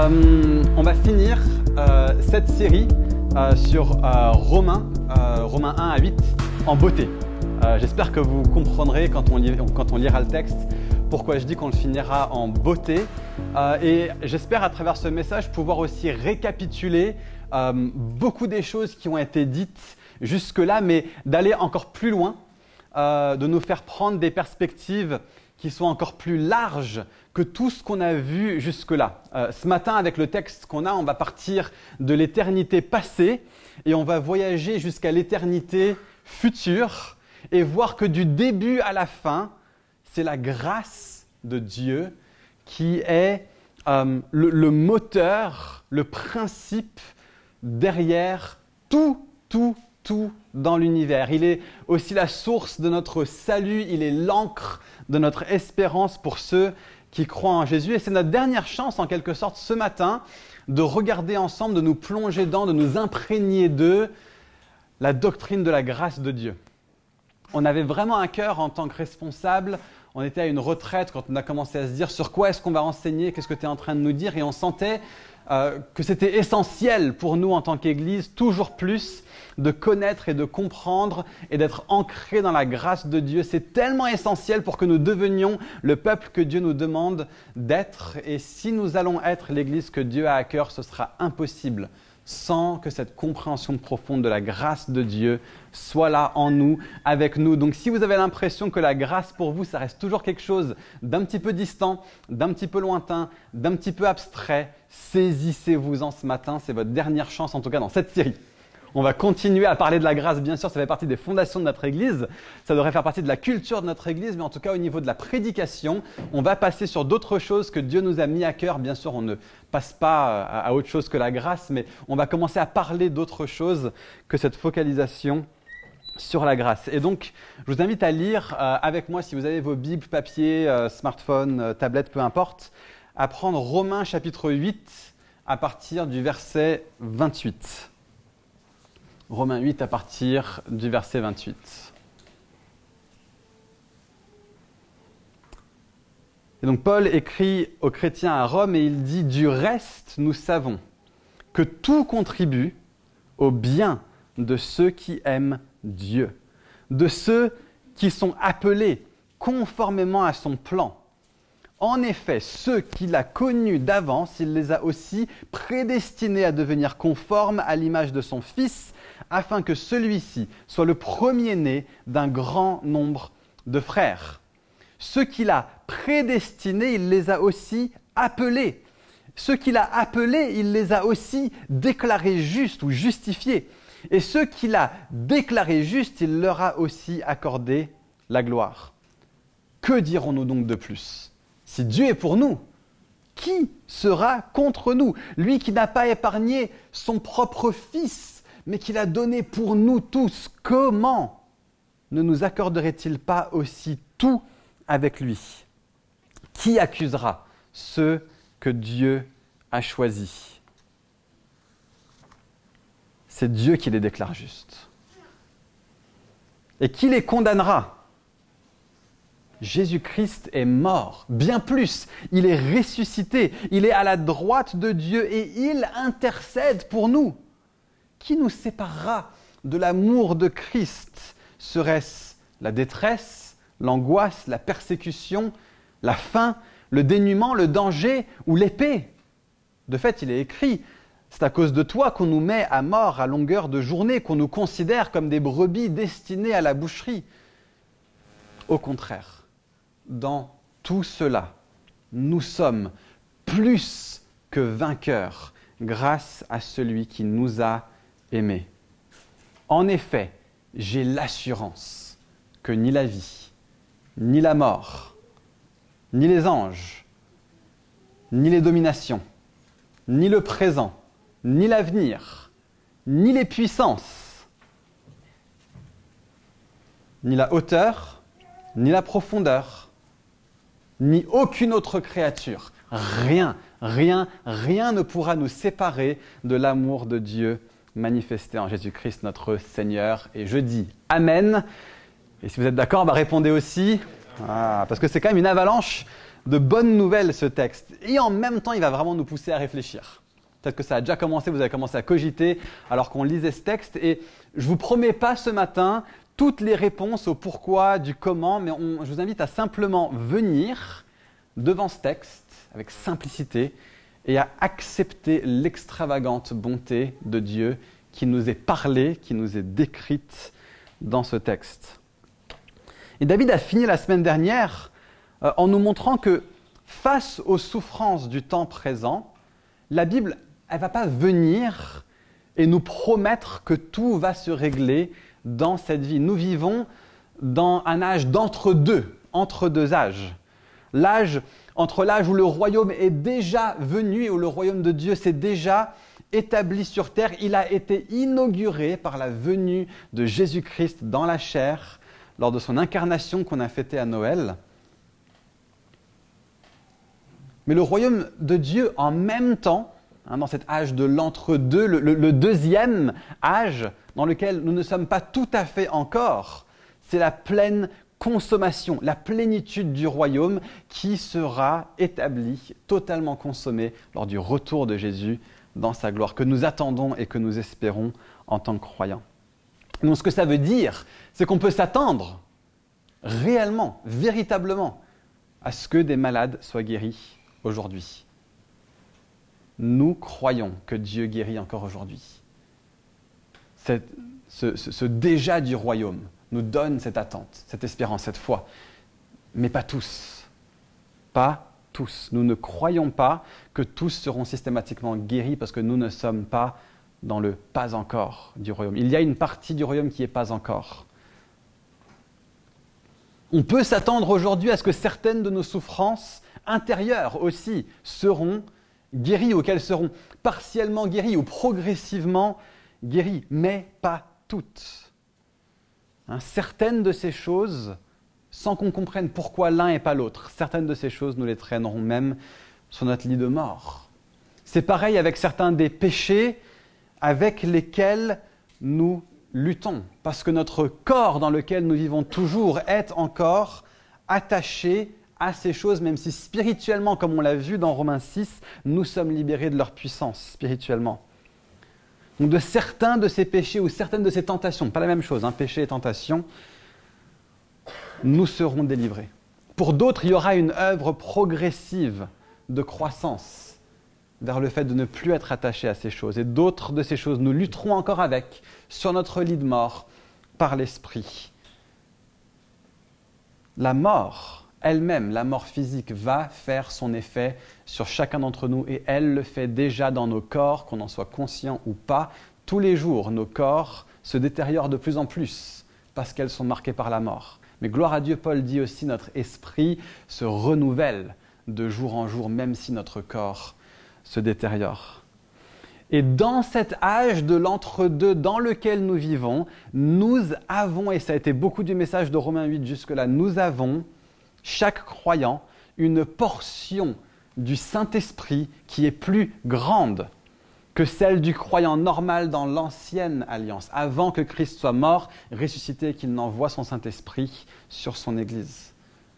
On va finir cette série sur Romains 1 à 8 en beauté. J'espère que vous comprendrez quand on lira le texte pourquoi je dis qu'on le finira en beauté. Et j'espère à travers ce message pouvoir aussi récapituler beaucoup des choses qui ont été dites jusque-là, mais d'aller encore plus loin, de nous faire prendre des perspectives qui sont encore plus larges que tout ce qu'on a vu jusque-là. Ce matin, avec le texte qu'on a, on va partir de l'éternité passée et on va voyager jusqu'à l'éternité future et voir que du début à la fin, c'est la grâce de Dieu qui est le moteur, le principe derrière tout dans l'univers. Il est aussi la source de notre salut, il est l'encre de notre espérance pour ceux qui croient en Jésus. Et c'est notre dernière chance, en quelque sorte, ce matin, de regarder ensemble, de nous plonger dans, de nous imprégner de la doctrine de la grâce de Dieu. On avait vraiment un cœur en tant que responsable. On était à une retraite quand on a commencé à se dire sur quoi est-ce qu'on va enseigner, qu'est-ce que tu es en train de nous dire, et on sentait que c'était essentiel pour nous en tant qu'Église, toujours plus, de connaître et de comprendre et d'être ancrés dans la grâce de Dieu. C'est tellement essentiel pour que nous devenions le peuple que Dieu nous demande d'être. Et si nous allons être l'Église que Dieu a à cœur, ce sera impossible sans que cette compréhension profonde de la grâce de Dieu soit là en nous, avec nous. Donc si vous avez l'impression que la grâce pour vous, ça reste toujours quelque chose d'un petit peu distant, d'un petit peu lointain, d'un petit peu abstrait, saisissez-vous-en ce matin, c'est votre dernière chance en tout cas dans cette série. On va continuer à parler de la grâce, bien sûr, ça fait partie des fondations de notre Église, ça devrait faire partie de la culture de notre Église, mais en tout cas au niveau de la prédication, on va passer sur d'autres choses que Dieu nous a mis à cœur. Bien sûr, on ne passe pas à autre chose que la grâce, mais on va commencer à parler d'autre chose que cette focalisation sur la grâce. Et donc, je vous invite à lire avec moi, si vous avez vos Bibles, papier, smartphone, tablette, peu importe, à prendre Romains chapitre 8 à partir du verset 28. Romains 8 à partir du verset 28. Et donc Paul écrit aux chrétiens à Rome et il dit « Du reste, nous savons que tout contribue au bien de ceux qui aiment Dieu, de ceux qui sont appelés conformément à son plan. En effet, ceux qu'il a connus d'avance, il les a aussi prédestinés à devenir conformes à l'image de son Fils, afin que celui-ci soit le premier-né d'un grand nombre de frères. Ceux qu'il a prédestinés, il les a aussi appelés. Ceux qu'il a appelés, il les a aussi déclarés justes ou justifiés. Et ceux qu'il a déclarés justes, il leur a aussi accordé la gloire. Que dirons-nous donc de plus ? Si Dieu est pour nous, qui sera contre nous ? Lui qui n'a pas épargné son propre Fils, mais qui l'a donné pour nous tous, comment ne nous accorderait-il pas aussi tout avec lui ? Qui accusera ceux que Dieu a choisis ? C'est Dieu qui les déclare justes. Et qui les condamnera ? Jésus-Christ est mort, bien plus, il est ressuscité, il est à la droite de Dieu et il intercède pour nous. Qui nous séparera de l'amour de Christ ? Serait-ce la détresse, l'angoisse, la persécution, la faim, le dénuement, le danger ou l'épée ? De fait, il est écrit, c'est à cause de toi qu'on nous met à mort à longueur de journée, qu'on nous considère comme des brebis destinées à la boucherie. Au contraire, dans tout cela, nous sommes plus que vainqueurs grâce à celui qui nous a aimés. En effet, j'ai l'assurance que ni la vie, ni la mort, ni les anges, ni les dominations, ni le présent, ni l'avenir, ni les puissances, ni la hauteur, ni la profondeur, ni aucune autre créature, rien ne pourra nous séparer de l'amour de Dieu manifesté en Jésus-Christ notre Seigneur. Et je dis Amen. Et si vous êtes d'accord, répondez aussi, parce que c'est quand même une avalanche de bonnes nouvelles, ce texte. Et en même temps, il va vraiment nous pousser à réfléchir. Peut-être que ça a déjà commencé, vous avez commencé à cogiter alors qu'on lisait ce texte. Et je ne vous promets pas ce matin toutes les réponses au pourquoi, du comment, mais je vous invite à simplement venir devant ce texte avec simplicité et à accepter l'extravagante bonté de Dieu qui nous est parlée, qui nous est décrite dans ce texte. Et David a fini la semaine dernière en nous montrant que face aux souffrances du temps présent, la Bible, elle ne va pas venir et nous promettre que tout va se régler dans cette vie. Nous vivons dans un âge d'entre-deux, entre deux âges. Entre l'âge où le royaume est déjà venu et où le royaume de Dieu s'est déjà établi sur terre. Il a été inauguré par la venue de Jésus-Christ dans la chair lors de son incarnation qu'on a fêtée à Noël. Mais le royaume de Dieu, en même temps, dans cet âge de l'entre-deux, le deuxième âge dans lequel nous ne sommes pas tout à fait encore, c'est la pleine consommation, la plénitude du royaume qui sera établie, totalement consommée lors du retour de Jésus dans sa gloire, que nous attendons et que nous espérons en tant que croyants. Donc ce que ça veut dire, c'est qu'on peut s'attendre réellement, véritablement, à ce que des malades soient guéris aujourd'hui. Nous croyons que Dieu guérit encore aujourd'hui. Ce déjà du royaume nous donne cette attente, cette espérance, cette foi. Mais pas tous. Pas tous. Nous ne croyons pas que tous seront systématiquement guéris parce que nous ne sommes pas dans le pas encore du royaume. Il y a une partie du royaume qui n'est pas encore. On peut s'attendre aujourd'hui à ce que certaines de nos souffrances intérieures aussi seront guéries ou qu'elles seront partiellement guéries ou progressivement guéries, mais pas toutes. Certaines de ces choses, sans qu'on comprenne pourquoi l'un et pas l'autre, certaines de ces choses, nous les traînerons même sur notre lit de mort. C'est pareil avec certains des péchés avec lesquels nous luttons, parce que notre corps dans lequel nous vivons toujours est encore attaché à ces choses, même si spirituellement, comme on l'a vu dans Romains 6, nous sommes libérés de leur puissance spirituellement. Donc de certains de ces péchés ou certaines de ces tentations, pas la même chose, péché et tentation, nous serons délivrés. Pour d'autres, il y aura une œuvre progressive de croissance vers le fait de ne plus être attaché à ces choses. Et d'autres de ces choses, nous lutterons encore avec, sur notre lit de mort, par l'Esprit. La mort elle-même, la mort physique, va faire son effet sur chacun d'entre nous et elle le fait déjà dans nos corps, qu'on en soit conscient ou pas. Tous les jours, nos corps se détériorent de plus en plus parce qu'elles sont marquées par la mort. Mais gloire à Dieu, Paul dit aussi, notre esprit se renouvelle de jour en jour, même si notre corps se détériore. Et dans cet âge de l'entre-deux dans lequel nous vivons, nous avons, et ça a été beaucoup du message de Romains 8 jusque-là, nous avons, chaque croyant, une portion du Saint-Esprit qui est plus grande que celle du croyant normal dans l'ancienne alliance, avant que Christ soit mort, ressuscité et qu'il n'envoie son Saint-Esprit sur son Église.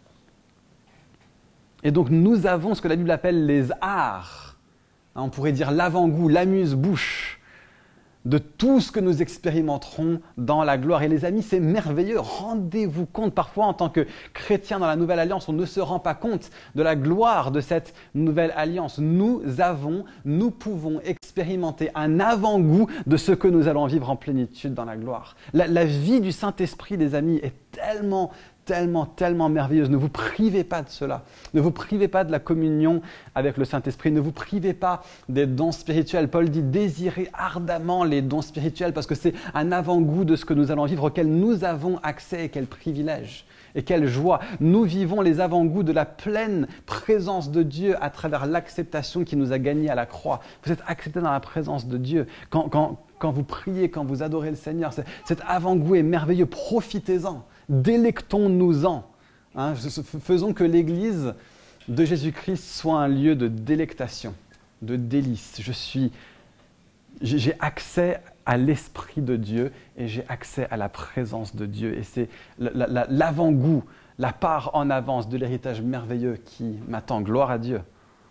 Et donc nous avons ce que la Bible appelle les arts. On pourrait dire l'avant-goût, l'amuse-bouche de tout ce que nous expérimenterons dans la gloire. Et les amis, c'est merveilleux. Rendez-vous compte, parfois en tant que chrétien dans la Nouvelle Alliance, on ne se rend pas compte de la gloire de cette Nouvelle Alliance. Nous pouvons expérimenter un avant-goût de ce que nous allons vivre en plénitude dans la gloire. La vie du Saint-Esprit, les amis, est tellement merveilleuse. Ne vous privez pas de cela. Ne vous privez pas de la communion avec le Saint-Esprit. Ne vous privez pas des dons spirituels. Paul dit désirez ardemment les dons spirituels parce que c'est un avant-goût de ce que nous allons vivre, auquel nous avons accès et quel privilège et quelle joie. Nous vivons les avant-goûts de la pleine présence de Dieu à travers l'acceptation qui nous a gagnés à la croix. Vous êtes acceptés dans la présence de Dieu. Quand vous priez, quand vous adorez le Seigneur, cet avant-goût est merveilleux. Profitez-en. Délectons-nous-en. Faisons que l'Église de Jésus-Christ soit un lieu de délectation, de délice. J'ai accès à l'Esprit de Dieu et j'ai accès à la présence de Dieu. Et c'est l'avant-goût, la part en avance de l'héritage merveilleux qui m'attend. Gloire à Dieu.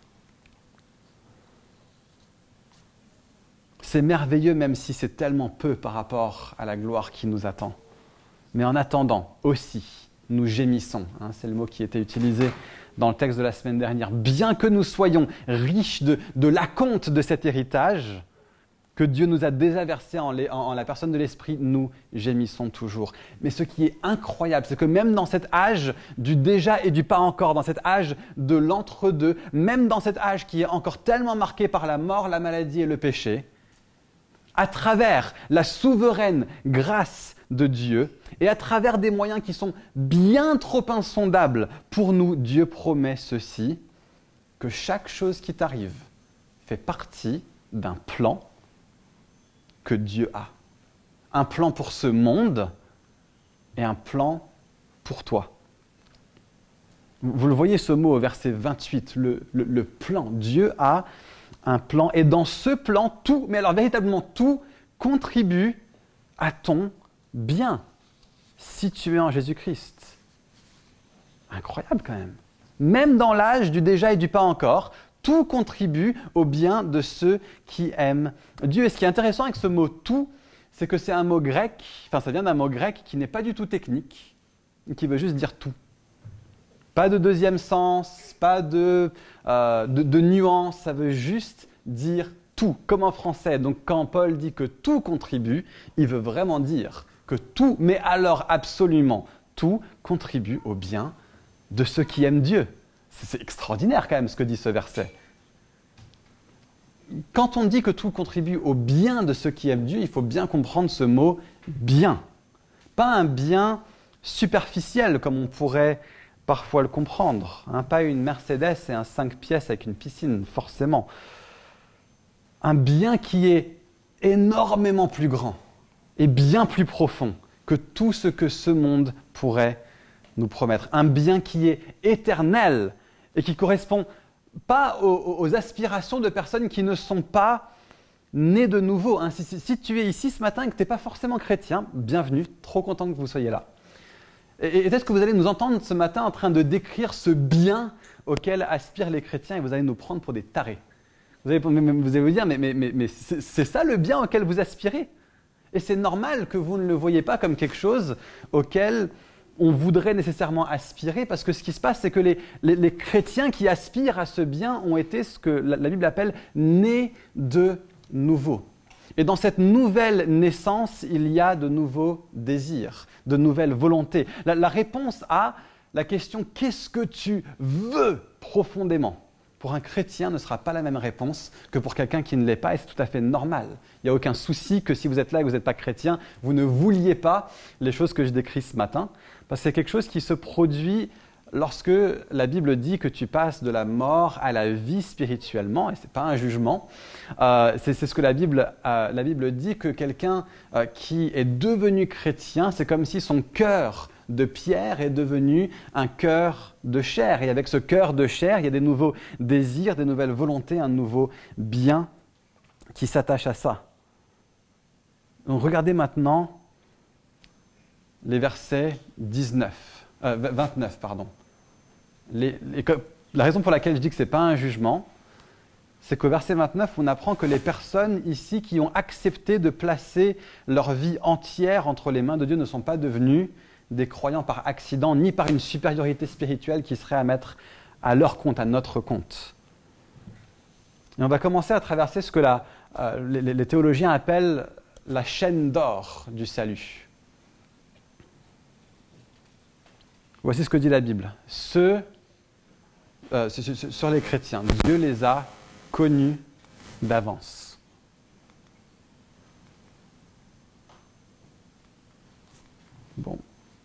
C'est merveilleux même si c'est tellement peu par rapport à la gloire qui nous attend. Mais en attendant aussi, nous gémissons. C'est le mot qui était utilisé dans le texte de la semaine dernière. Bien que nous soyons riches de l'acompte de cet héritage que Dieu nous a déjà versé en la personne de l'Esprit, nous gémissons toujours. Mais ce qui est incroyable, c'est que même dans cet âge du déjà et du pas encore, dans cet âge de l'entre-deux, même dans cet âge qui est encore tellement marqué par la mort, la maladie et le péché, à travers la souveraine grâce de Dieu et à travers des moyens qui sont bien trop insondables pour nous, Dieu promet ceci, que chaque chose qui t'arrive fait partie d'un plan que Dieu a. Un plan pour ce monde et un plan pour toi. Vous le voyez ce mot au verset 28, le plan. Dieu a un plan et dans ce plan, tout, mais alors véritablement tout, contribue à ton bien si tu es en Jésus-Christ. Incroyable quand même. Même dans l'âge du déjà et du pas encore, tout contribue au bien de ceux qui aiment Dieu. Et ce qui est intéressant avec ce mot « tout », c'est que c'est un mot grec, ça vient d'un mot grec qui n'est pas du tout technique, qui veut juste dire « tout ». Pas de deuxième sens, pas de nuance, ça veut juste dire « tout », comme en français. Donc quand Paul dit que tout contribue, il veut vraiment dire que tout, mais alors absolument tout, contribue au bien de ceux qui aiment Dieu. C'est extraordinaire quand même ce que dit ce verset. Quand on dit que tout contribue au bien de ceux qui aiment Dieu, il faut bien comprendre ce mot « bien ». Pas un bien superficiel comme on pourrait parfois le comprendre. Pas une Mercedes et un 5 pièces avec une piscine, forcément. Un bien qui est énormément plus grand et bien plus profond que tout ce que ce monde pourrait nous promettre. Un bien qui est éternel et qui ne correspond pas aux aspirations de personnes qui ne sont pas nées de nouveau. Si tu es ici ce matin et que tu n'es pas forcément chrétien, bienvenue, trop content que vous soyez là. Et peut-être que vous allez nous entendre ce matin en train de décrire ce bien auquel aspirent les chrétiens et vous allez nous prendre pour des tarés. Vous allez vous dire, mais c'est ça le bien auquel vous aspirez. Et c'est normal que vous ne le voyez pas comme quelque chose auquel on voudrait nécessairement aspirer, parce que ce qui se passe, c'est que les chrétiens qui aspirent à ce bien ont été ce que la Bible appelle « nés de nouveau ». Et dans cette nouvelle naissance, il y a de nouveaux désirs, de nouvelles volontés. La réponse à la question « qu'est-ce que tu veux profondément ?» pour un chrétien ne sera pas la même réponse que pour quelqu'un qui ne l'est pas, et c'est tout à fait normal. Il n'y a aucun souci que si vous êtes là et que vous n'êtes pas chrétien, vous ne vouliez pas les choses que je décris ce matin, parce que c'est quelque chose qui se produit lorsque la Bible dit que tu passes de la mort à la vie spirituellement, et ce n'est pas un jugement. C'est ce que la Bible dit, que quelqu'un qui est devenu chrétien, c'est comme si son cœur de pierre est devenu un cœur de chair. Et avec ce cœur de chair, il y a des nouveaux désirs, des nouvelles volontés, un nouveau bien qui s'attache à ça. Donc regardez maintenant les versets 29. La raison pour laquelle je dis que ce n'est pas un jugement, c'est qu'au verset 29, on apprend que les personnes ici qui ont accepté de placer leur vie entière entre les mains de Dieu ne sont pas devenues des croyants par accident, ni par une supériorité spirituelle qui serait à mettre à leur compte, à notre compte. Et on va commencer à traverser ce que les théologiens appellent la chaîne d'or du salut. Voici ce que dit la Bible. Sur les chrétiens, Dieu les a connus d'avance. Bon.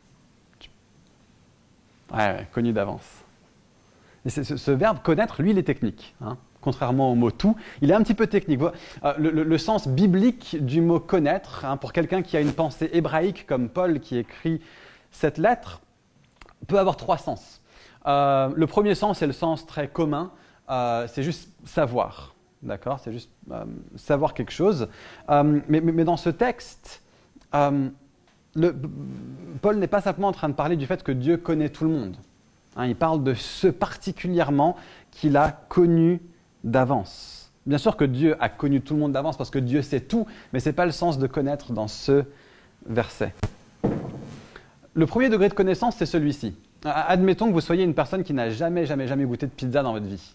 Ouais, connu d'avance. Et ce verbe « connaître », lui, il est technique. Contrairement au mot « tout », il est un petit peu technique. Le sens biblique du mot « connaître », pour quelqu'un qui a une pensée hébraïque comme Paul qui écrit cette lettre, peut avoir trois sens. Le premier sens, c'est le sens très commun, c'est juste savoir. D'accord ? C'est juste savoir quelque chose. Mais dans ce texte, Paul n'est pas simplement en train de parler du fait que Dieu connaît tout le monde. Il parle de ceux particulièrement qu'il a connus d'avance. Bien sûr que Dieu a connu tout le monde d'avance parce que Dieu sait tout, mais ce n'est pas le sens de connaître dans ce verset. Le premier degré de connaissance, c'est celui-ci. Admettons que vous soyez une personne qui n'a jamais goûté de pizza dans votre vie.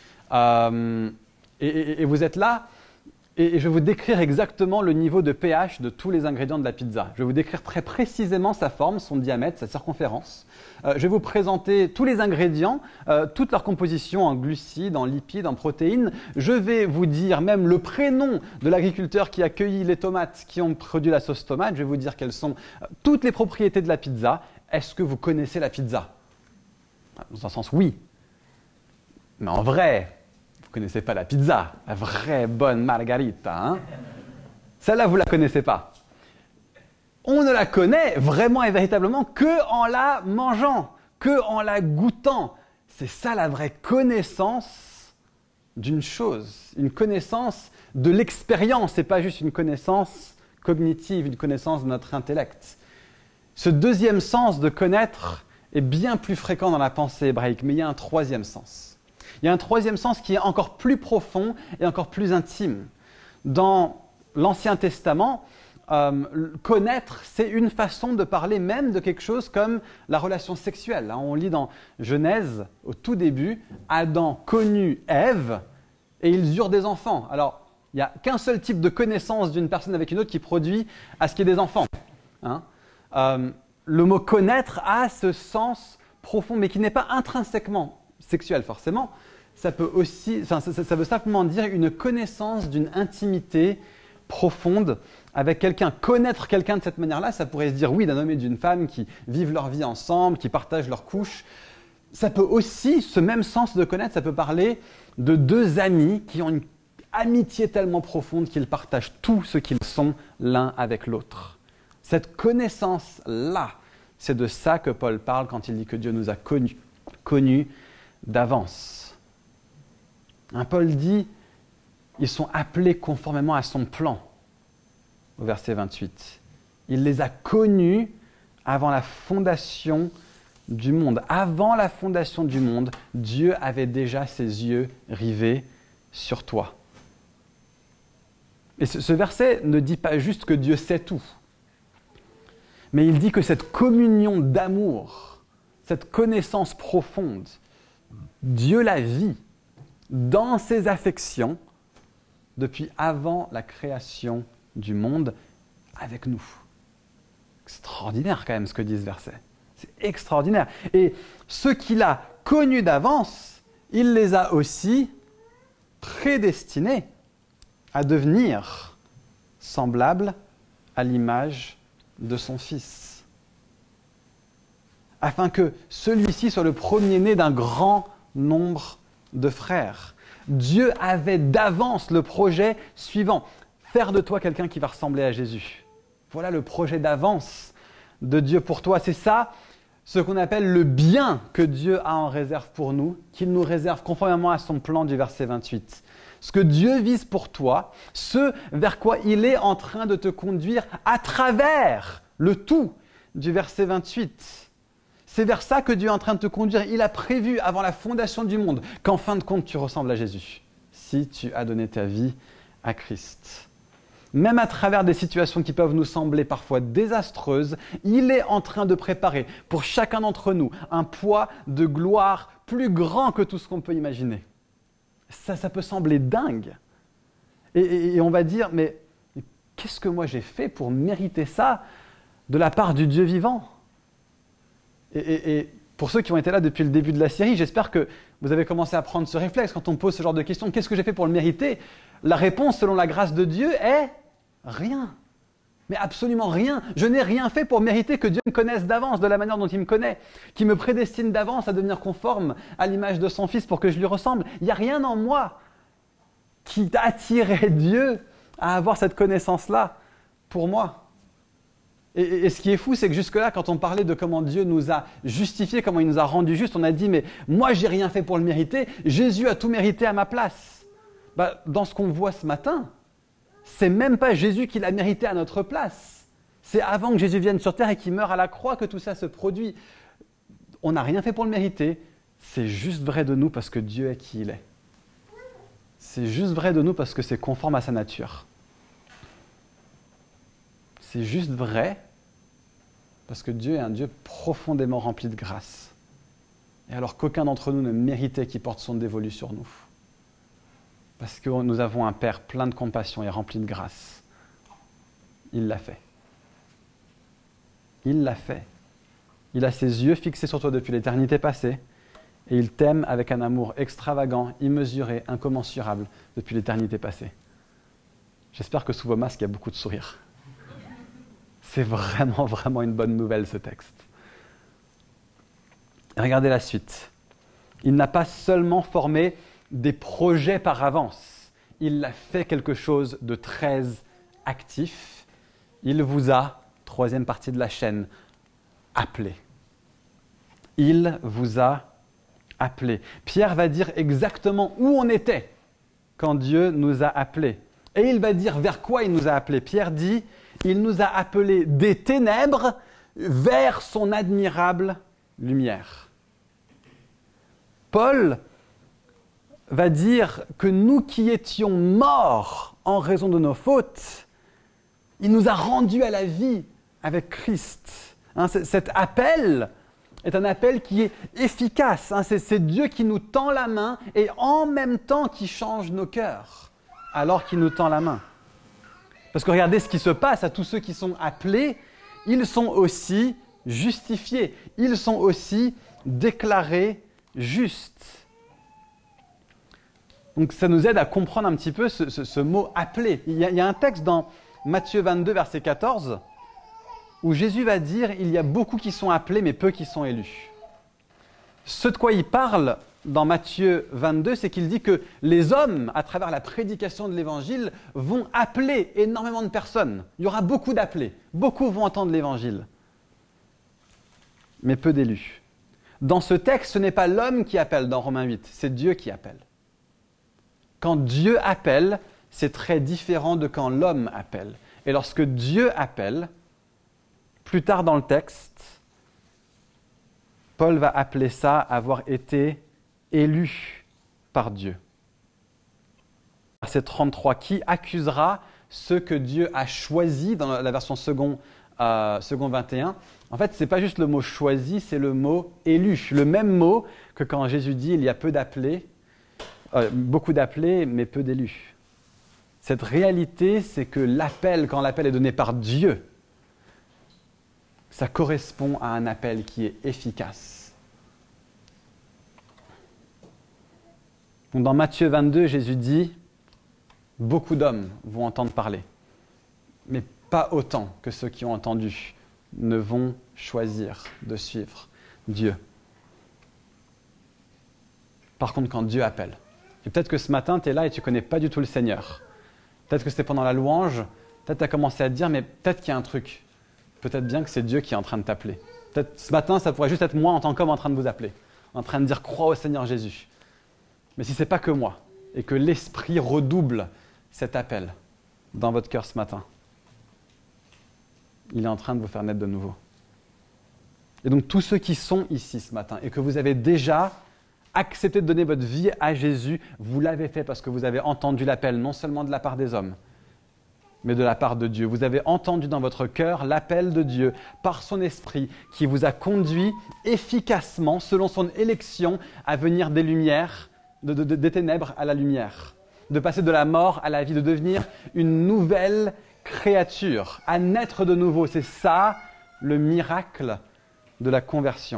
Et vous êtes là, et je vais vous décrire exactement le niveau de pH de tous les ingrédients de la pizza. Je vais vous décrire très précisément sa forme, son diamètre, sa circonférence. Je vais vous présenter tous les ingrédients, toute leur composition en glucides, en lipides, en protéines. Je vais vous dire même le prénom de l'agriculteur qui a cueilli les tomates qui ont produit la sauce tomate. Je vais vous dire quelles sont toutes les propriétés de la pizza. Est-ce que vous connaissez la pizza? Dans un sens, oui. Mais en vrai, vous ne connaissez pas la pizza, la vraie bonne margarita. Celle-là, vous ne la connaissez pas. On ne la connaît vraiment et véritablement qu'en la mangeant, qu'en la goûtant. C'est ça la vraie connaissance d'une chose, une connaissance de l'expérience, et pas juste une connaissance cognitive, une connaissance de notre intellect. Ce deuxième sens de connaître est bien plus fréquent dans la pensée hébraïque, mais il y a un troisième sens. Il y a un troisième sens qui est encore plus profond et encore plus intime. Dans l'Ancien Testament, connaître, c'est une façon de parler même de quelque chose comme la relation sexuelle. On lit dans Genèse, au tout début, Adam connut Ève et ils eurent des enfants. Alors, il n'y a qu'un seul type de connaissance d'une personne avec une autre qui produit à ce qu'il y ait des enfants. Le mot connaître a ce sens profond, mais qui n'est pas intrinsèquement sexuel forcément. Ça veut simplement dire une connaissance d'une intimité profonde avec quelqu'un. Connaître quelqu'un de cette manière-là, ça pourrait se dire oui d'un homme et d'une femme qui vivent leur vie ensemble, qui partagent leurs couches. Ça peut aussi, ce même sens de connaître, ça peut parler de deux amis qui ont une amitié tellement profonde qu'ils partagent tout ce qu'ils sont l'un avec l'autre. Cette connaissance-là, c'est de ça que Paul parle quand il dit que Dieu nous a connus d'avance. Paul dit, ils sont appelés conformément à son plan, au verset 28. Il les a connus avant la fondation du monde. Avant la fondation du monde, Dieu avait déjà ses yeux rivés sur toi. Et ce verset ne dit pas juste que Dieu sait tout, mais il dit que cette communion d'amour, cette connaissance profonde, Dieu la vit dans ses affections depuis avant la création du monde avec nous. Extraordinaire quand même ce que dit ce verset. C'est extraordinaire. Et ceux qu'il a connus d'avance, il les a aussi prédestinés à devenir semblables à l'image de son Fils, afin que celui-ci soit le premier-né d'un grand nombre de frères. Dieu avait d'avance le projet suivant, faire de toi quelqu'un qui va ressembler à Jésus. Voilà le projet d'avance de Dieu pour toi. C'est ça, ce qu'on appelle le bien que Dieu a en réserve pour nous, qu'il nous réserve conformément à son plan du verset 28. Ce que Dieu vise pour toi, ce vers quoi il est en train de te conduire à travers le tout du verset 28. C'est vers ça que Dieu est en train de te conduire. Il a prévu avant la fondation du monde qu'en fin de compte, tu ressembles à Jésus, si tu as donné ta vie à Christ. Même à travers des situations qui peuvent nous sembler parfois désastreuses, il est en train de préparer pour chacun d'entre nous un poids de gloire plus grand que tout ce qu'on peut imaginer. Ça peut sembler dingue. Et on va dire, mais qu'est-ce que moi j'ai fait pour mériter ça de la part du Dieu vivant ? Et pour ceux qui ont été là depuis le début de la série, j'espère que vous avez commencé à prendre ce réflexe. Quand on pose ce genre de questions, qu'est-ce que j'ai fait pour le mériter ? La réponse, selon la grâce de Dieu, est rien. Mais absolument rien. Je n'ai rien fait pour mériter que Dieu me connaisse d'avance, de la manière dont il me connaît, qui me prédestine d'avance à devenir conforme à l'image de son Fils pour que je lui ressemble. Il n'y a rien en moi qui attirait Dieu à avoir cette connaissance-là pour moi. Et ce qui est fou, c'est que jusque-là, quand on parlait de comment Dieu nous a justifiés, comment il nous a rendus justes, on a dit, mais moi, j'ai rien fait pour le mériter, Jésus a tout mérité à ma place. Dans ce qu'on voit ce matin, c'est même pas Jésus qui l'a mérité à notre place. C'est avant que Jésus vienne sur terre et qu'il meure à la croix que tout ça se produit. On n'a rien fait pour le mériter. C'est juste vrai de nous parce que Dieu est qui il est. C'est juste vrai de nous parce que c'est conforme à sa nature. C'est juste vrai parce que Dieu est un Dieu profondément rempli de grâce. Et alors qu'aucun d'entre nous ne méritait qu'il porte son dévolu sur nous. Parce que nous avons un Père plein de compassion et rempli de grâce. Il l'a fait. Il l'a fait. Il a ses yeux fixés sur toi depuis l'éternité passée et il t'aime avec un amour extravagant, immesuré, incommensurable depuis l'éternité passée. J'espère que sous vos masques, il y a beaucoup de sourires. C'est vraiment, vraiment une bonne nouvelle, ce texte. Regardez la suite. Il n'a pas seulement formé des projets par avance. Il a fait quelque chose de très actif. Il vous a, troisième partie de la chaîne, appelé. Il vous a appelé. Pierre va dire exactement où on était quand Dieu nous a appelés. Et il va dire vers quoi il nous a appelés. Pierre dit, il nous a appelés des ténèbres vers son admirable lumière. Paul va dire que nous qui étions morts en raison de nos fautes, il nous a rendus à la vie avec Christ. Cet appel est un appel qui est efficace. C'est Dieu qui nous tend la main et en même temps qui change nos cœurs alors qu'il nous tend la main. Parce que regardez ce qui se passe à tous ceux qui sont appelés, ils sont aussi justifiés, ils sont aussi déclarés justes. Donc ça nous aide à comprendre un petit peu ce mot « appelé ». Il y a un texte dans Matthieu 22, verset 14, où Jésus va dire « Il y a beaucoup qui sont appelés, mais peu qui sont élus ». Ce de quoi il parle dans Matthieu 22, c'est qu'il dit que les hommes, à travers la prédication de l'Évangile, vont appeler énormément de personnes. Il y aura beaucoup d'appelés, beaucoup vont entendre l'Évangile, mais peu d'élus. Dans ce texte, ce n'est pas l'homme qui appelle dans Romains 8, c'est Dieu qui appelle. Quand Dieu appelle, c'est très différent de quand l'homme appelle. Et lorsque Dieu appelle, plus tard dans le texte, Paul va appeler ça avoir été élu par Dieu. Verset 33, qui accusera ceux que Dieu a choisis dans la version second 21. En fait, ce n'est pas juste le mot choisi, c'est le mot élu. Le même mot que quand Jésus dit il y a peu d'appelés, beaucoup d'appelés, mais peu d'élus. Cette réalité, c'est que l'appel, quand l'appel est donné par Dieu, ça correspond à un appel qui est efficace. Donc dans Matthieu 22, Jésus dit « Beaucoup d'hommes vont entendre parler, mais pas autant que ceux qui ont entendu ne vont choisir de suivre Dieu. » Par contre, quand Dieu appelle, et peut-être que ce matin, tu es là et tu ne connais pas du tout le Seigneur. Peut-être que c'était pendant la louange, peut-être que tu as commencé à te dire, mais peut-être qu'il y a un truc. Peut-être bien que c'est Dieu qui est en train de t'appeler. Peut-être ce matin, ça pourrait juste être moi en tant qu'homme en train de vous appeler, en train de dire, crois au Seigneur Jésus. Mais si ce n'est pas que moi, et que l'Esprit redouble cet appel dans votre cœur ce matin, il est en train de vous faire naître de nouveau. Et donc tous ceux qui sont ici ce matin, et que vous avez déjà acceptez de donner votre vie à Jésus, vous l'avez fait parce que vous avez entendu l'appel, non seulement de la part des hommes, mais de la part de Dieu. Vous avez entendu dans votre cœur l'appel de Dieu par son esprit qui vous a conduit efficacement, selon son élection, à venir des lumières, des ténèbres à la lumière, de passer de la mort à la vie, de devenir une nouvelle créature, à naître de nouveau. C'est ça le miracle de la conversion.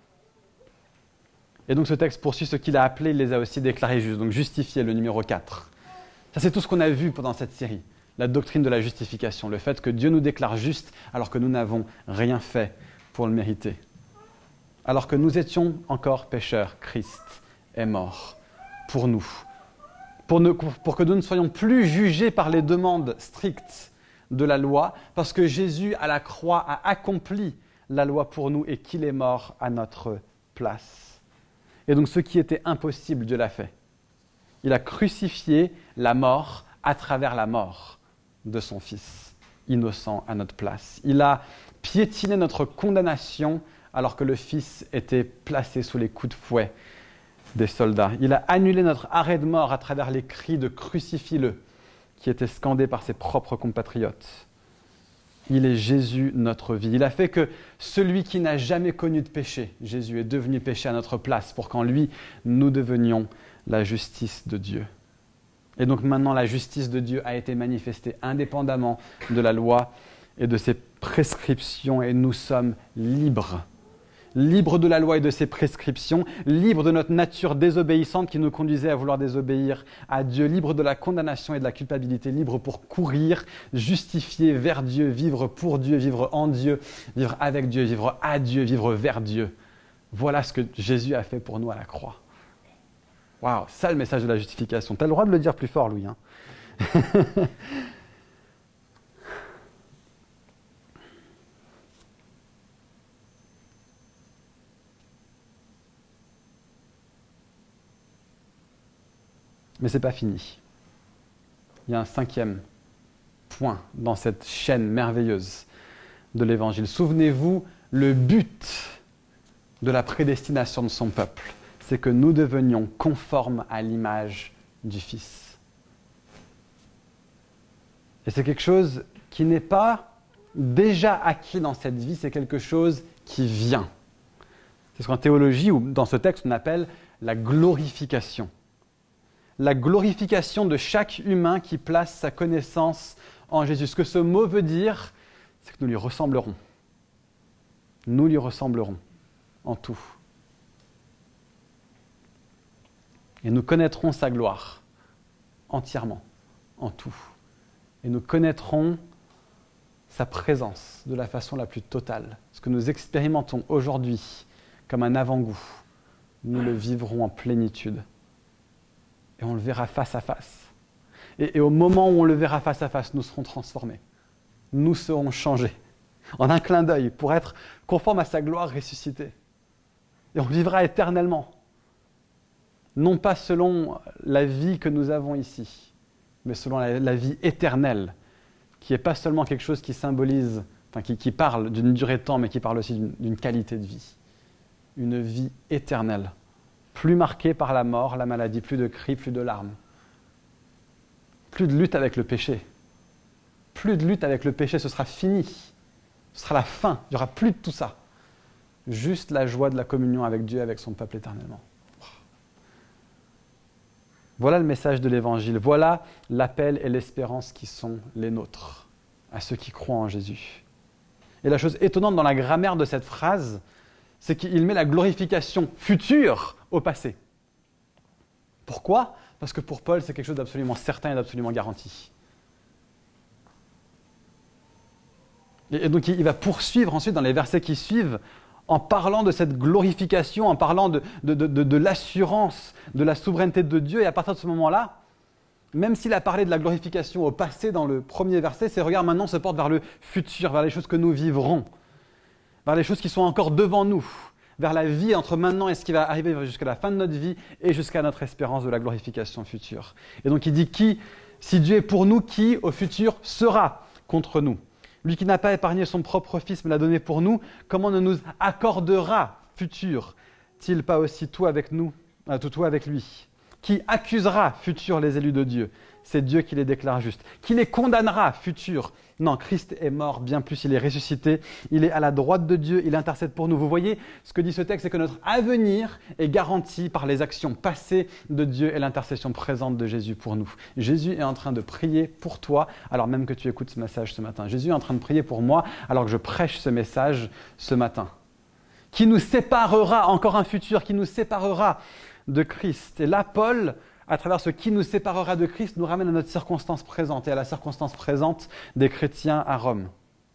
Et donc ce texte poursuit ce qu'il a appelé, il les a aussi déclarés justes, donc justifiés, le numéro 4. Ça c'est tout ce qu'on a vu pendant cette série, la doctrine de la justification, le fait que Dieu nous déclare justes alors que nous n'avons rien fait pour le mériter. Alors que nous étions encore pécheurs, Christ est mort pour nous, pour que nous ne soyons plus jugés par les demandes strictes de la loi, parce que Jésus à la croix a accompli la loi pour nous et qu'il est mort à notre place. Et donc ce qui était impossible, Dieu l'a fait. Il a crucifié la mort à travers la mort de son Fils. innocent à notre place. Il a piétiné notre condamnation alors que le Fils était placé sous les coups de fouet des soldats. Il a annulé notre arrêt de mort à travers les cris de « Crucifie-le » qui étaient scandés par ses propres compatriotes. Il est Jésus, notre vie. Il a fait que celui qui n'a jamais connu de péché, Jésus, est devenu péché à notre place pour qu'en lui, nous devenions la justice de Dieu. Et donc maintenant, la justice de Dieu a été manifestée indépendamment de la loi et de ses prescriptions et nous sommes libres. Libres de la loi et de ses prescriptions, libres de notre nature désobéissante qui nous conduisait à vouloir désobéir à Dieu, libres de la condamnation et de la culpabilité, libres pour courir, justifier vers Dieu, vivre pour Dieu, vivre en Dieu, vivre avec Dieu, vivre à Dieu, vivre vers Dieu. Voilà ce que Jésus a fait pour nous à la croix. Waouh, ça le message de la justification. Tu as le droit de le dire plus fort, Louis. Mais ce n'est pas fini. Il y a un 5e point dans cette chaîne merveilleuse de l'Évangile. Souvenez-vous, le but de la prédestination de son peuple, c'est que nous devenions conformes à l'image du Fils. Et c'est quelque chose qui n'est pas déjà acquis dans cette vie, c'est quelque chose qui vient. C'est ce qu'en théologie, ou dans ce texte, on appelle la glorification. La glorification de chaque humain qui place sa connaissance en Jésus. Ce que ce mot veut dire, c'est que nous lui ressemblerons. Nous lui ressemblerons en tout. Et nous connaîtrons sa gloire entièrement, en tout. Et nous connaîtrons sa présence de la façon la plus totale. Ce que nous expérimentons aujourd'hui comme un avant-goût, nous le vivrons en plénitude. Et on le verra face à face. Et au moment où on le verra face à face, nous serons transformés. Nous serons changés. En un clin d'œil, pour être conformes à sa gloire ressuscitée. Et on vivra éternellement. Non pas selon la vie que nous avons ici, mais selon la vie éternelle, qui n'est pas seulement quelque chose qui symbolise, qui parle d'une durée de temps, mais qui parle aussi d'une qualité de vie. Une vie éternelle. Plus marquée par la mort, la maladie, plus de cris, plus de larmes. Plus de lutte avec le péché. Plus de lutte avec le péché, ce sera fini. Ce sera la fin, il n'y aura plus de tout ça. Juste la joie de la communion avec Dieu, avec son peuple éternellement. Voilà le message de l'Évangile. Voilà l'appel et l'espérance qui sont les nôtres, à ceux qui croient en Jésus. Et la chose étonnante dans la grammaire de cette phrase, c'est qu'il met la glorification future au passé. Pourquoi ? Parce que pour Paul, c'est quelque chose d'absolument certain et d'absolument garanti. Et donc il va poursuivre ensuite dans les versets qui suivent en parlant de cette glorification, en parlant de l'assurance, de la souveraineté de Dieu. Et à partir de ce moment-là, même s'il a parlé de la glorification au passé dans le premier verset, ses regards maintenant se portent vers le futur, vers les choses que nous vivrons, vers les choses qui sont encore devant nous, vers la vie entre maintenant et ce qui va arriver jusqu'à la fin de notre vie et jusqu'à notre espérance de la glorification future. Et donc il dit si Dieu est pour nous, qui au futur sera contre nous ? Lui qui n'a pas épargné son propre Fils, mais l'a donné pour nous, comment ne nous accordera, futur-t-il pas aussi tout avec nous, tout avec lui ? Qui accusera, futur, les élus de Dieu ? C'est Dieu qui les déclare justes. Qui les condamnera, futur ? Non, Christ est mort, bien plus, il est ressuscité, il est à la droite de Dieu, il intercède pour nous. Vous voyez, ce que dit ce texte, c'est que notre avenir est garanti par les actions passées de Dieu et l'intercession présente de Jésus pour nous. Jésus est en train de prier pour toi, alors même que tu écoutes ce message ce matin. Jésus est en train de prier pour moi, alors que je prêche ce message ce matin. Qui nous séparera, encore un futur, qui nous séparera de Christ. Et là, Paul, à travers ce qui nous séparera de Christ, nous ramène à notre circonstance présente et à la circonstance présente des chrétiens à Rome.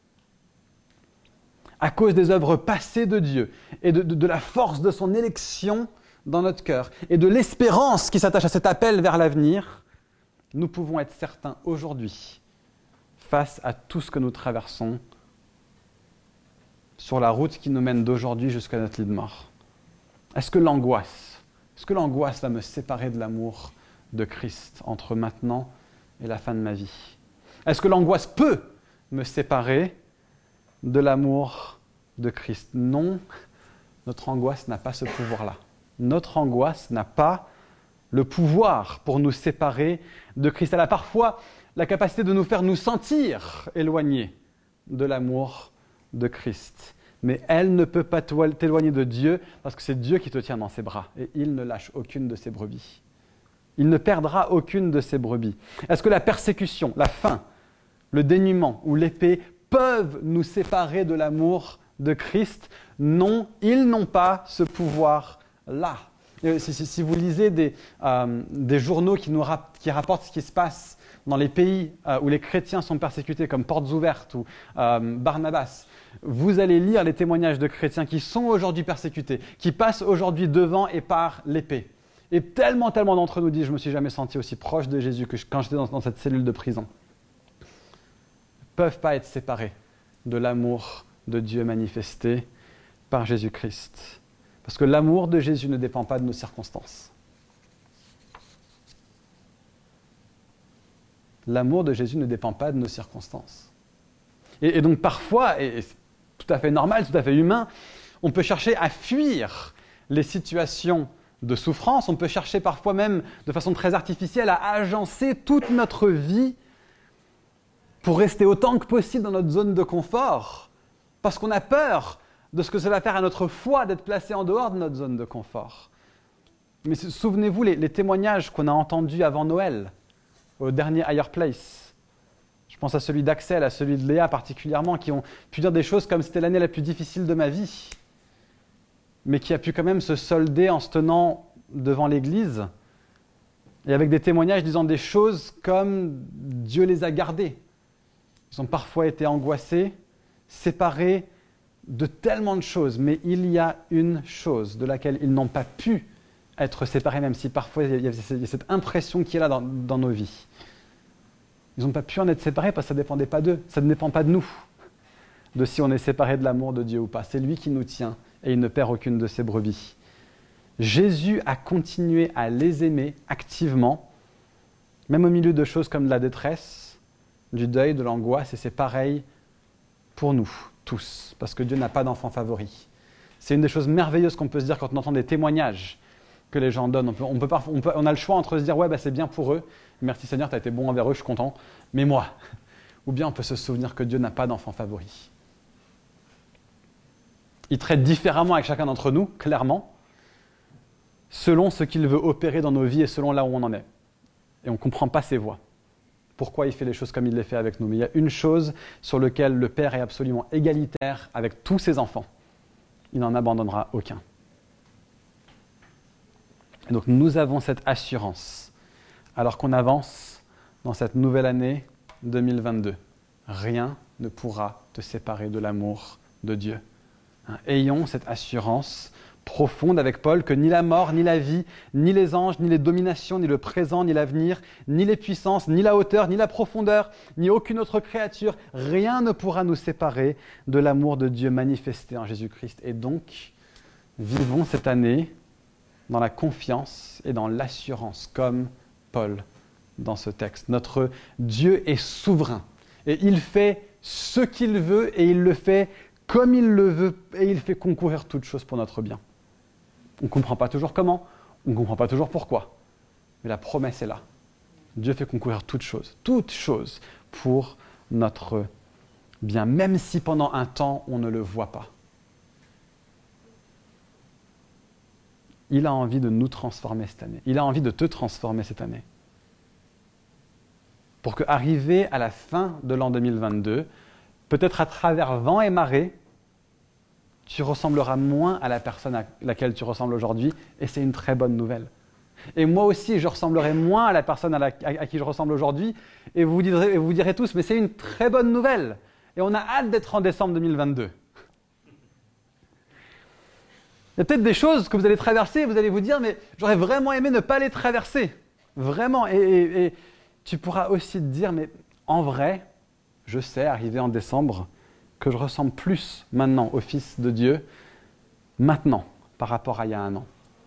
À cause des œuvres passées de Dieu et de la force de son élection dans notre cœur et de l'espérance qui s'attache à cet appel vers l'avenir, nous pouvons être certains aujourd'hui, face à tout ce que nous traversons, sur la route qui nous mène d'aujourd'hui jusqu'à notre lit de mort. Est-ce que l'angoisse va me séparer de l'amour de Christ entre maintenant et la fin de ma vie ? Est-ce que l'angoisse peut me séparer de l'amour de Christ. Non, notre angoisse n'a pas ce pouvoir-là. Notre angoisse n'a pas le pouvoir pour nous séparer de Christ. Elle a parfois la capacité de nous faire nous sentir éloignés de l'amour de Christ. Mais elle ne peut pas t'éloigner de Dieu parce que c'est Dieu qui te tient dans ses bras et il ne lâche aucune de ses brebis. Il ne perdra aucune de ses brebis. Est-ce que la persécution, la faim, le dénuement ou l'épée peuvent nous séparer de l'amour de Christ? Non, ils n'ont pas ce pouvoir-là. Si vous lisez des journaux qui rapportent ce qui se passe dans les pays où les chrétiens sont persécutés, comme Portes Ouvertes ou Barnabas, vous allez lire les témoignages de chrétiens qui sont aujourd'hui persécutés, qui passent aujourd'hui devant et par l'épée. Et tellement d'entre nous disent « Je ne me suis jamais senti aussi proche de Jésus que quand j'étais dans cette cellule de prison ». Ils ne peuvent pas être séparés de l'amour de Dieu manifesté par Jésus-Christ. Parce que l'amour de Jésus ne dépend pas de nos circonstances. L'amour de Jésus ne dépend pas de nos circonstances. Et donc parfois, et c'est tout à fait normal, tout à fait humain, on peut chercher à fuir les situations de souffrance, on peut chercher parfois même de façon très artificielle à agencer toute notre vie pour rester autant que possible dans notre zone de confort, parce qu'on a peur de ce que cela va faire à notre foi d'être placé en dehors de notre zone de confort. Mais souvenez-vous les témoignages qu'on a entendus avant Noël, au dernier Higher Place. Je pense à celui d'Axel, à celui de Léa particulièrement, qui ont pu dire des choses comme « c'était l'année la plus difficile de ma vie », mais qui a pu quand même se solder en se tenant devant l'Église et avec des témoignages disant des choses comme « Dieu les a gardés ». Ils ont parfois été angoissés, séparés de tellement de choses, mais il y a une chose de laquelle ils n'ont pas pu être séparés, même si parfois il y a cette impression qui est là dans nos vies. Ils n'ont pas pu en être séparés parce que ça ne dépendait pas d'eux, ça ne dépend pas de nous, de si on est séparé de l'amour de Dieu ou pas. C'est lui qui nous tient et il ne perd aucune de ses brebis. Jésus a continué à les aimer activement, même au milieu de choses comme de la détresse, du deuil, de l'angoisse, et c'est pareil pour nous tous, parce que Dieu n'a pas d'enfant favori. C'est une des choses merveilleuses qu'on peut se dire quand on entend des témoignages que les gens donnent. On a le choix entre se dire « ouais, c'est bien pour eux, merci Seigneur, tu as été bon envers eux, je suis content, mais moi ». Ou bien on peut se souvenir que Dieu n'a pas d'enfant favori. Il traite différemment avec chacun d'entre nous, clairement, selon ce qu'il veut opérer dans nos vies et selon là où on en est. Et on ne comprend pas ses voies. Pourquoi il fait les choses comme il les fait avec nous. Mais il y a une chose sur laquelle le Père est absolument égalitaire avec tous ses enfants. Il n'en abandonnera aucun. Et donc nous avons cette assurance, alors qu'on avance dans cette nouvelle année 2022. Rien ne pourra te séparer de l'amour de Dieu. Ayons cette assurance profonde avec Paul que ni la mort, ni la vie, ni les anges, ni les dominations, ni le présent, ni l'avenir, ni les puissances, ni la hauteur, ni la profondeur, ni aucune autre créature, rien ne pourra nous séparer de l'amour de Dieu manifesté en Jésus-Christ. Et donc, vivons cette année dans la confiance et dans l'assurance, comme Paul dans ce texte. Notre Dieu est souverain et il fait ce qu'il veut et il le fait comme il le veut et il fait concourir toutes choses pour notre bien. On ne comprend pas toujours comment, on ne comprend pas toujours pourquoi, mais la promesse est là. Dieu fait concourir toutes choses pour notre bien, même si pendant un temps on ne le voit pas. Il a envie de nous transformer cette année. Il a envie de te transformer cette année. Pour qu'arrivé à la fin de l'an 2022, peut-être à travers vent et marée, tu ressembleras moins à la personne à laquelle tu ressembles aujourd'hui, et c'est une très bonne nouvelle. Et moi aussi, je ressemblerai moins à la personne à qui je ressemble aujourd'hui, et vous direz tous, mais c'est une très bonne nouvelle. Et on a hâte d'être en décembre 2022. Il y a peut-être des choses que vous allez traverser, et vous allez vous dire, mais j'aurais vraiment aimé ne pas les traverser. Vraiment. Et tu pourras aussi te dire, mais en vrai, je sais, arrivé en décembre, que je ressemble plus maintenant au Fils de Dieu, maintenant, par rapport à il y a un an.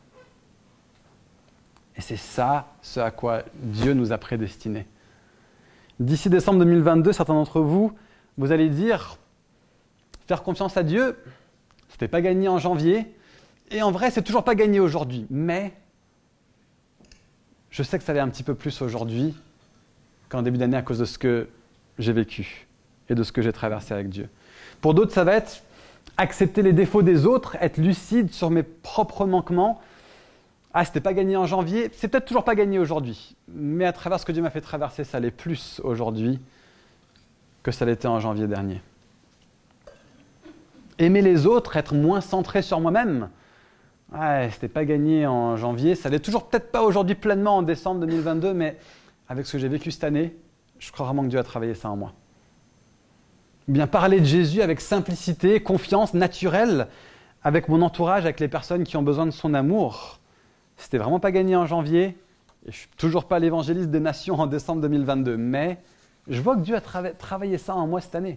Et c'est ça, ce à quoi Dieu nous a prédestinés. D'ici décembre 2022, certains d'entre vous Vous allez dire, faire confiance à Dieu, c'était pas gagné en janvier, et en vrai, c'est toujours pas gagné aujourd'hui. Mais je sais que ça l'est un petit peu plus aujourd'hui qu'en début d'année à cause de ce que j'ai vécu et de ce que j'ai traversé avec Dieu. Pour d'autres, ça va être accepter les défauts des autres, être lucide sur mes propres manquements. Ah, c'était pas gagné en janvier, c'est peut-être toujours pas gagné aujourd'hui, mais à travers ce que Dieu m'a fait traverser, ça l'est plus aujourd'hui que ça l'était en janvier dernier. Aimer les autres, être moins centré sur moi-même. Ouais, c'était pas gagné en janvier, ça l'est toujours peut-être pas aujourd'hui pleinement en décembre 2022, mais avec ce que j'ai vécu cette année, je crois vraiment que Dieu a travaillé ça en moi. Bien parler de Jésus avec simplicité, confiance, naturelle, avec mon entourage, avec les personnes qui ont besoin de son amour. C'était vraiment pas gagné en janvier, et je suis toujours pas l'évangéliste des nations en décembre 2022, mais je vois que Dieu a travaillé ça en moi cette année.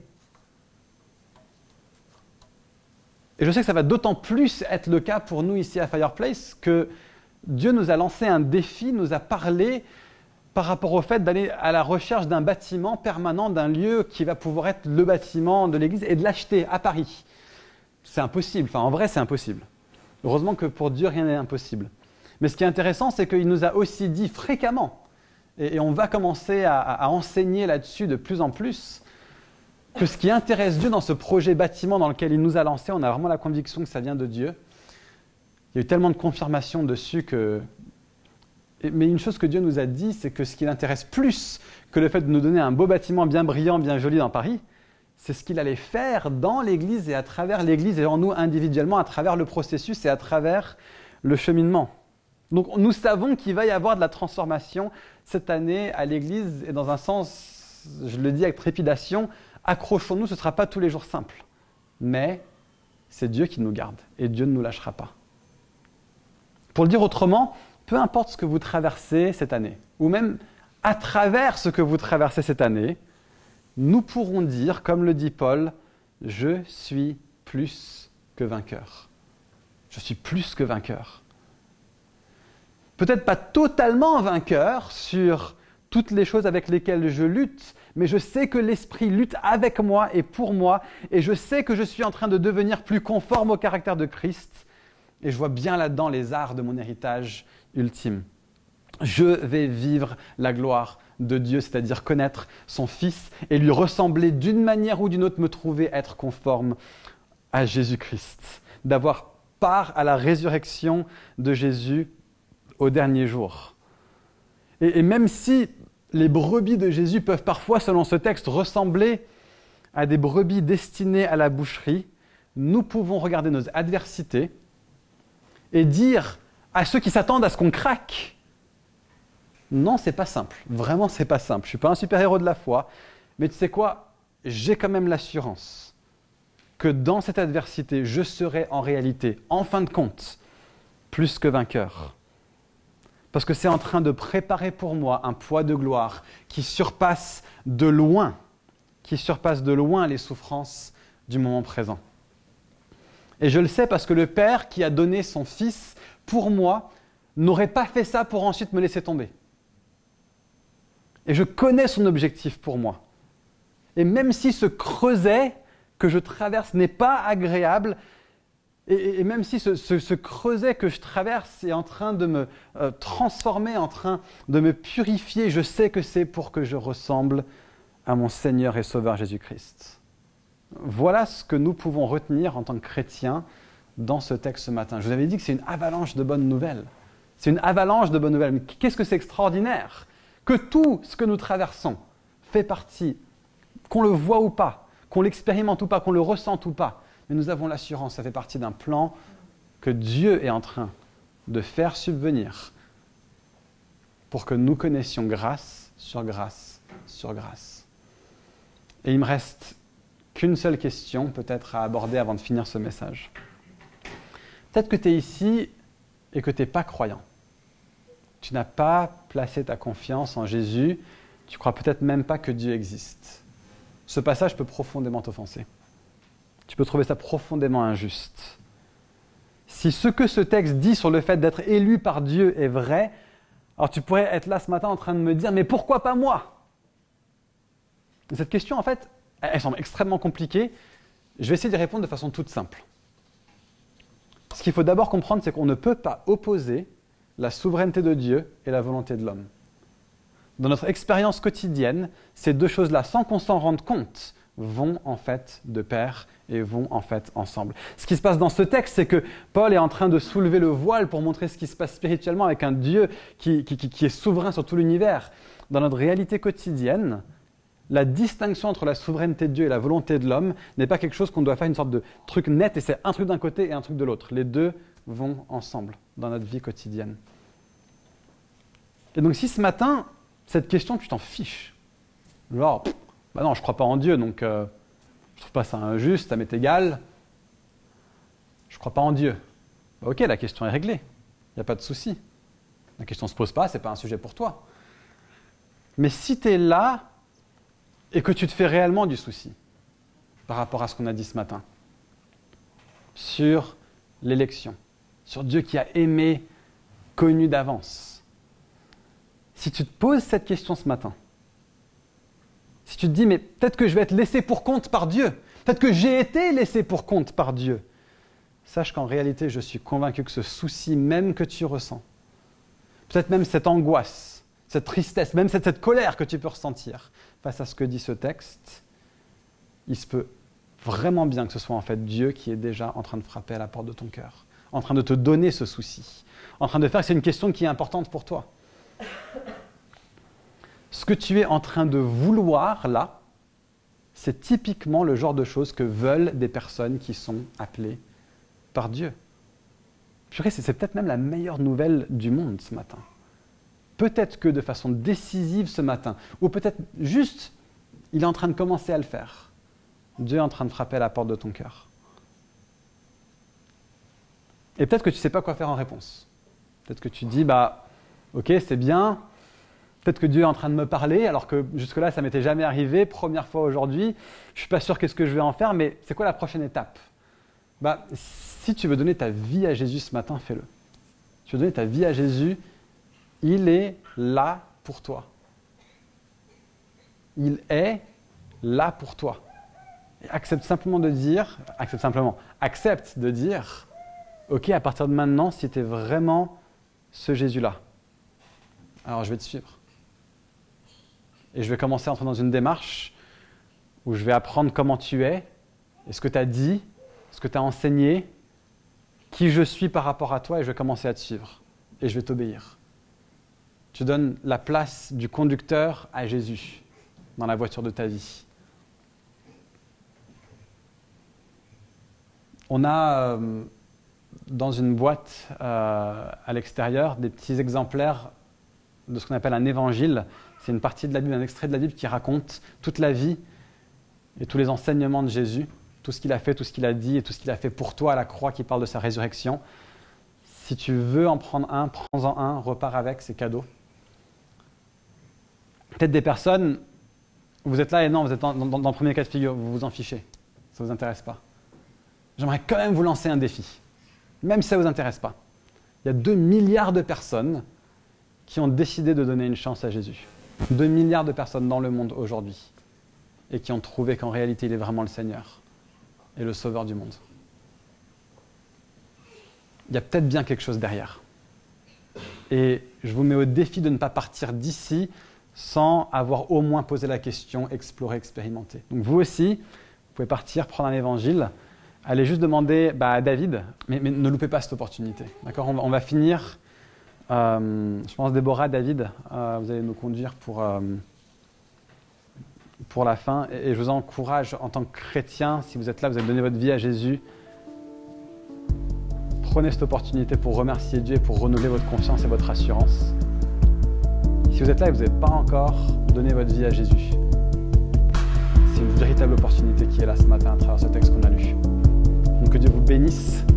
Et je sais que ça va d'autant plus être le cas pour nous ici à Fireplace que Dieu nous a lancé un défi, nous a parlé par rapport au fait d'aller à la recherche d'un bâtiment permanent, d'un lieu qui va pouvoir être le bâtiment de l'église et de l'acheter à Paris. C'est impossible, en vrai c'est impossible. Heureusement que pour Dieu rien n'est impossible. Mais ce qui est intéressant, c'est qu'il nous a aussi dit fréquemment, et on va commencer à enseigner là-dessus de plus en plus, que ce qui intéresse Dieu dans ce projet bâtiment dans lequel il nous a lancé, on a vraiment la conviction que ça vient de Dieu. Il y a eu tellement de confirmations dessus que... Mais une chose que Dieu nous a dit, c'est que ce qui l'intéresse plus que le fait de nous donner un beau bâtiment bien brillant, bien joli dans Paris, c'est ce qu'il allait faire dans l'Église et à travers l'Église et en nous individuellement, à travers le processus et à travers le cheminement. Donc nous savons qu'il va y avoir de la transformation cette année à l'Église et dans un sens, je le dis avec trépidation, accrochons-nous, ce ne sera pas tous les jours simple. Mais c'est Dieu qui nous garde et Dieu ne nous lâchera pas. Pour le dire autrement, peu importe ce que vous traversez cette année, ou même à travers ce que vous traversez cette année, nous pourrons dire, comme le dit Paul, « Je suis plus que vainqueur. » Je suis plus que vainqueur. Peut-être pas totalement vainqueur sur toutes les choses avec lesquelles je lutte, mais je sais que l'Esprit lutte avec moi et pour moi, et je sais que je suis en train de devenir plus conforme au caractère de Christ, et je vois bien là-dedans les arts de mon héritage ultime. Je vais vivre la gloire de Dieu, c'est-à-dire connaître son Fils et lui ressembler d'une manière ou d'une autre, me trouver être conforme à Jésus-Christ, d'avoir part à la résurrection de Jésus au dernier jour. Et même si les brebis de Jésus peuvent parfois, selon ce texte, ressembler à des brebis destinées à la boucherie, nous pouvons regarder nos adversités et dire à ceux qui s'attendent à ce qu'on craque, non, c'est pas simple. Vraiment, c'est pas simple. Je suis pas un super-héros de la foi, mais tu sais quoi? J'ai quand même l'assurance que dans cette adversité, je serai en réalité, en fin de compte, plus que vainqueur. Parce que c'est en train de préparer pour moi un poids de gloire qui surpasse de loin les souffrances du moment présent. Et je le sais parce que le Père qui a donné son Fils pour moi n'aurait pas fait ça pour ensuite me laisser tomber. Et je connais son objectif pour moi. Et même si ce creuset que je traverse n'est pas agréable, et même si ce creuset que je traverse est en train de me transformer, en train de me purifier, je sais que c'est pour que je ressemble à mon Seigneur et Sauveur Jésus-Christ. Voilà ce que nous pouvons retenir en tant que chrétiens dans ce texte ce matin. Je vous avais dit que c'est une avalanche de bonnes nouvelles. C'est une avalanche de bonnes nouvelles. Mais qu'est-ce que c'est extraordinaire que tout ce que nous traversons fait partie, qu'on le voit ou pas, qu'on l'expérimente ou pas, qu'on le ressente ou pas, mais nous avons l'assurance, ça fait partie d'un plan que Dieu est en train de faire subvenir pour que nous connaissions grâce sur grâce sur grâce. Et il me reste qu'une seule question peut-être à aborder avant de finir ce message. Peut-être que tu es ici et que tu n'es pas croyant. Tu n'as pas placé ta confiance en Jésus, tu ne crois peut-être même pas que Dieu existe. Ce passage peut profondément t'offenser. Tu peux trouver ça profondément injuste. Si ce que ce texte dit sur le fait d'être élu par Dieu est vrai, alors tu pourrais être là ce matin en train de me dire « Mais pourquoi pas moi ?» Cette question, en fait, elles semblent extrêmement compliquées. Je vais essayer d'y répondre de façon toute simple. Ce qu'il faut d'abord comprendre, c'est qu'on ne peut pas opposer la souveraineté de Dieu et la volonté de l'homme. Dans notre expérience quotidienne, ces deux choses-là, sans qu'on s'en rende compte, vont en fait de pair et vont en fait ensemble. Ce qui se passe dans ce texte, c'est que Paul est en train de soulever le voile pour montrer ce qui se passe spirituellement avec un Dieu qui est souverain sur tout l'univers. Dans notre réalité quotidienne, la distinction entre la souveraineté de Dieu et la volonté de l'homme n'est pas quelque chose qu'on doit faire une sorte de truc net et c'est un truc d'un côté et un truc de l'autre. Les deux vont ensemble dans notre vie quotidienne. Et donc si ce matin, cette question, tu t'en fiches, genre, bah non, je ne crois pas en Dieu, donc je ne trouve pas ça injuste, ça m'est égal, je ne crois pas en Dieu. Bah, ok, la question est réglée, il n'y a pas de souci. La question ne se pose pas, ce n'est pas un sujet pour toi. Mais si tu es là et que tu te fais réellement du souci par rapport à ce qu'on a dit ce matin, sur l'élection, sur Dieu qui a aimé, connu d'avance, si tu te poses cette question ce matin, si tu te dis, mais peut-être que je vais être laissé pour compte par Dieu, peut-être que j'ai été laissé pour compte par Dieu, sache qu'en réalité, je suis convaincu que ce souci même que tu ressens, peut-être même cette angoisse, cette tristesse, même cette colère que tu peux ressentir face à ce que dit ce texte, il se peut vraiment bien que ce soit en fait Dieu qui est déjà en train de frapper à la porte de ton cœur, en train de te donner ce souci, en train de faire que c'est une question qui est importante pour toi. Ce que tu es en train de vouloir là, c'est typiquement le genre de choses que veulent des personnes qui sont appelées par Dieu. Purée, c'est peut-être même la meilleure nouvelle du monde ce matin. Peut-être que de façon décisive ce matin, ou peut-être juste, il est en train de commencer à le faire. Dieu est en train de frapper à la porte de ton cœur. Et peut-être que tu ne sais pas quoi faire en réponse. Peut-être que tu dis, ok, c'est bien, peut-être que Dieu est en train de me parler, alors que jusque-là, ça ne m'était jamais arrivé, première fois aujourd'hui, je ne suis pas sûr qu'est-ce que je vais en faire, mais c'est quoi la prochaine étape ? Si tu veux donner ta vie à Jésus ce matin, fais-le. Tu veux donner ta vie à Jésus, il est là pour toi. Il est là pour toi. Et accepte de dire, ok, à partir de maintenant, si tu es vraiment ce Jésus-là, alors je vais te suivre. Et je vais commencer à entrer dans une démarche où je vais apprendre comment tu es, et ce que tu as dit, ce que tu as enseigné, qui je suis par rapport à toi, et je vais commencer à te suivre. Et je vais t'obéir. Tu donnes la place du conducteur à Jésus dans la voiture de ta vie. On a dans une boîte à l'extérieur des petits exemplaires de ce qu'on appelle un évangile. C'est une partie de la Bible, un extrait de la Bible qui raconte toute la vie et tous les enseignements de Jésus, tout ce qu'il a fait, tout ce qu'il a dit et tout ce qu'il a fait pour toi à la croix qui parle de sa résurrection. Si tu veux en prendre un, prends-en un, repars avec, c'est cadeau. Peut-être des personnes, vous êtes là et non, vous êtes dans le premier cas de figure, vous vous en fichez, ça ne vous intéresse pas. J'aimerais quand même vous lancer un défi, même si ça ne vous intéresse pas. Il y a 2 milliards de personnes qui ont décidé de donner une chance à Jésus. 2 milliards de personnes dans le monde aujourd'hui et qui ont trouvé qu'en réalité, il est vraiment le Seigneur et le Sauveur du monde. Il y a peut-être bien quelque chose derrière. Et je vous mets au défi de ne pas partir d'ici sans avoir au moins posé la question, explorer, expérimenter. Donc vous aussi, vous pouvez partir, prendre un évangile, allez juste demander à David, mais ne loupez pas cette opportunité. D'accord ? On va finir, je pense Déborah, David, vous allez nous conduire pour la fin. Et je vous encourage en tant que chrétien, si vous êtes là, vous avez donné votre vie à Jésus, prenez cette opportunité pour remercier Dieu et pour renouveler votre confiance et votre assurance. Si vous êtes là et vous n'avez pas encore donné votre vie à Jésus, c'est une véritable opportunité qui est là ce matin à travers ce texte qu'on a lu. Donc que Dieu vous bénisse.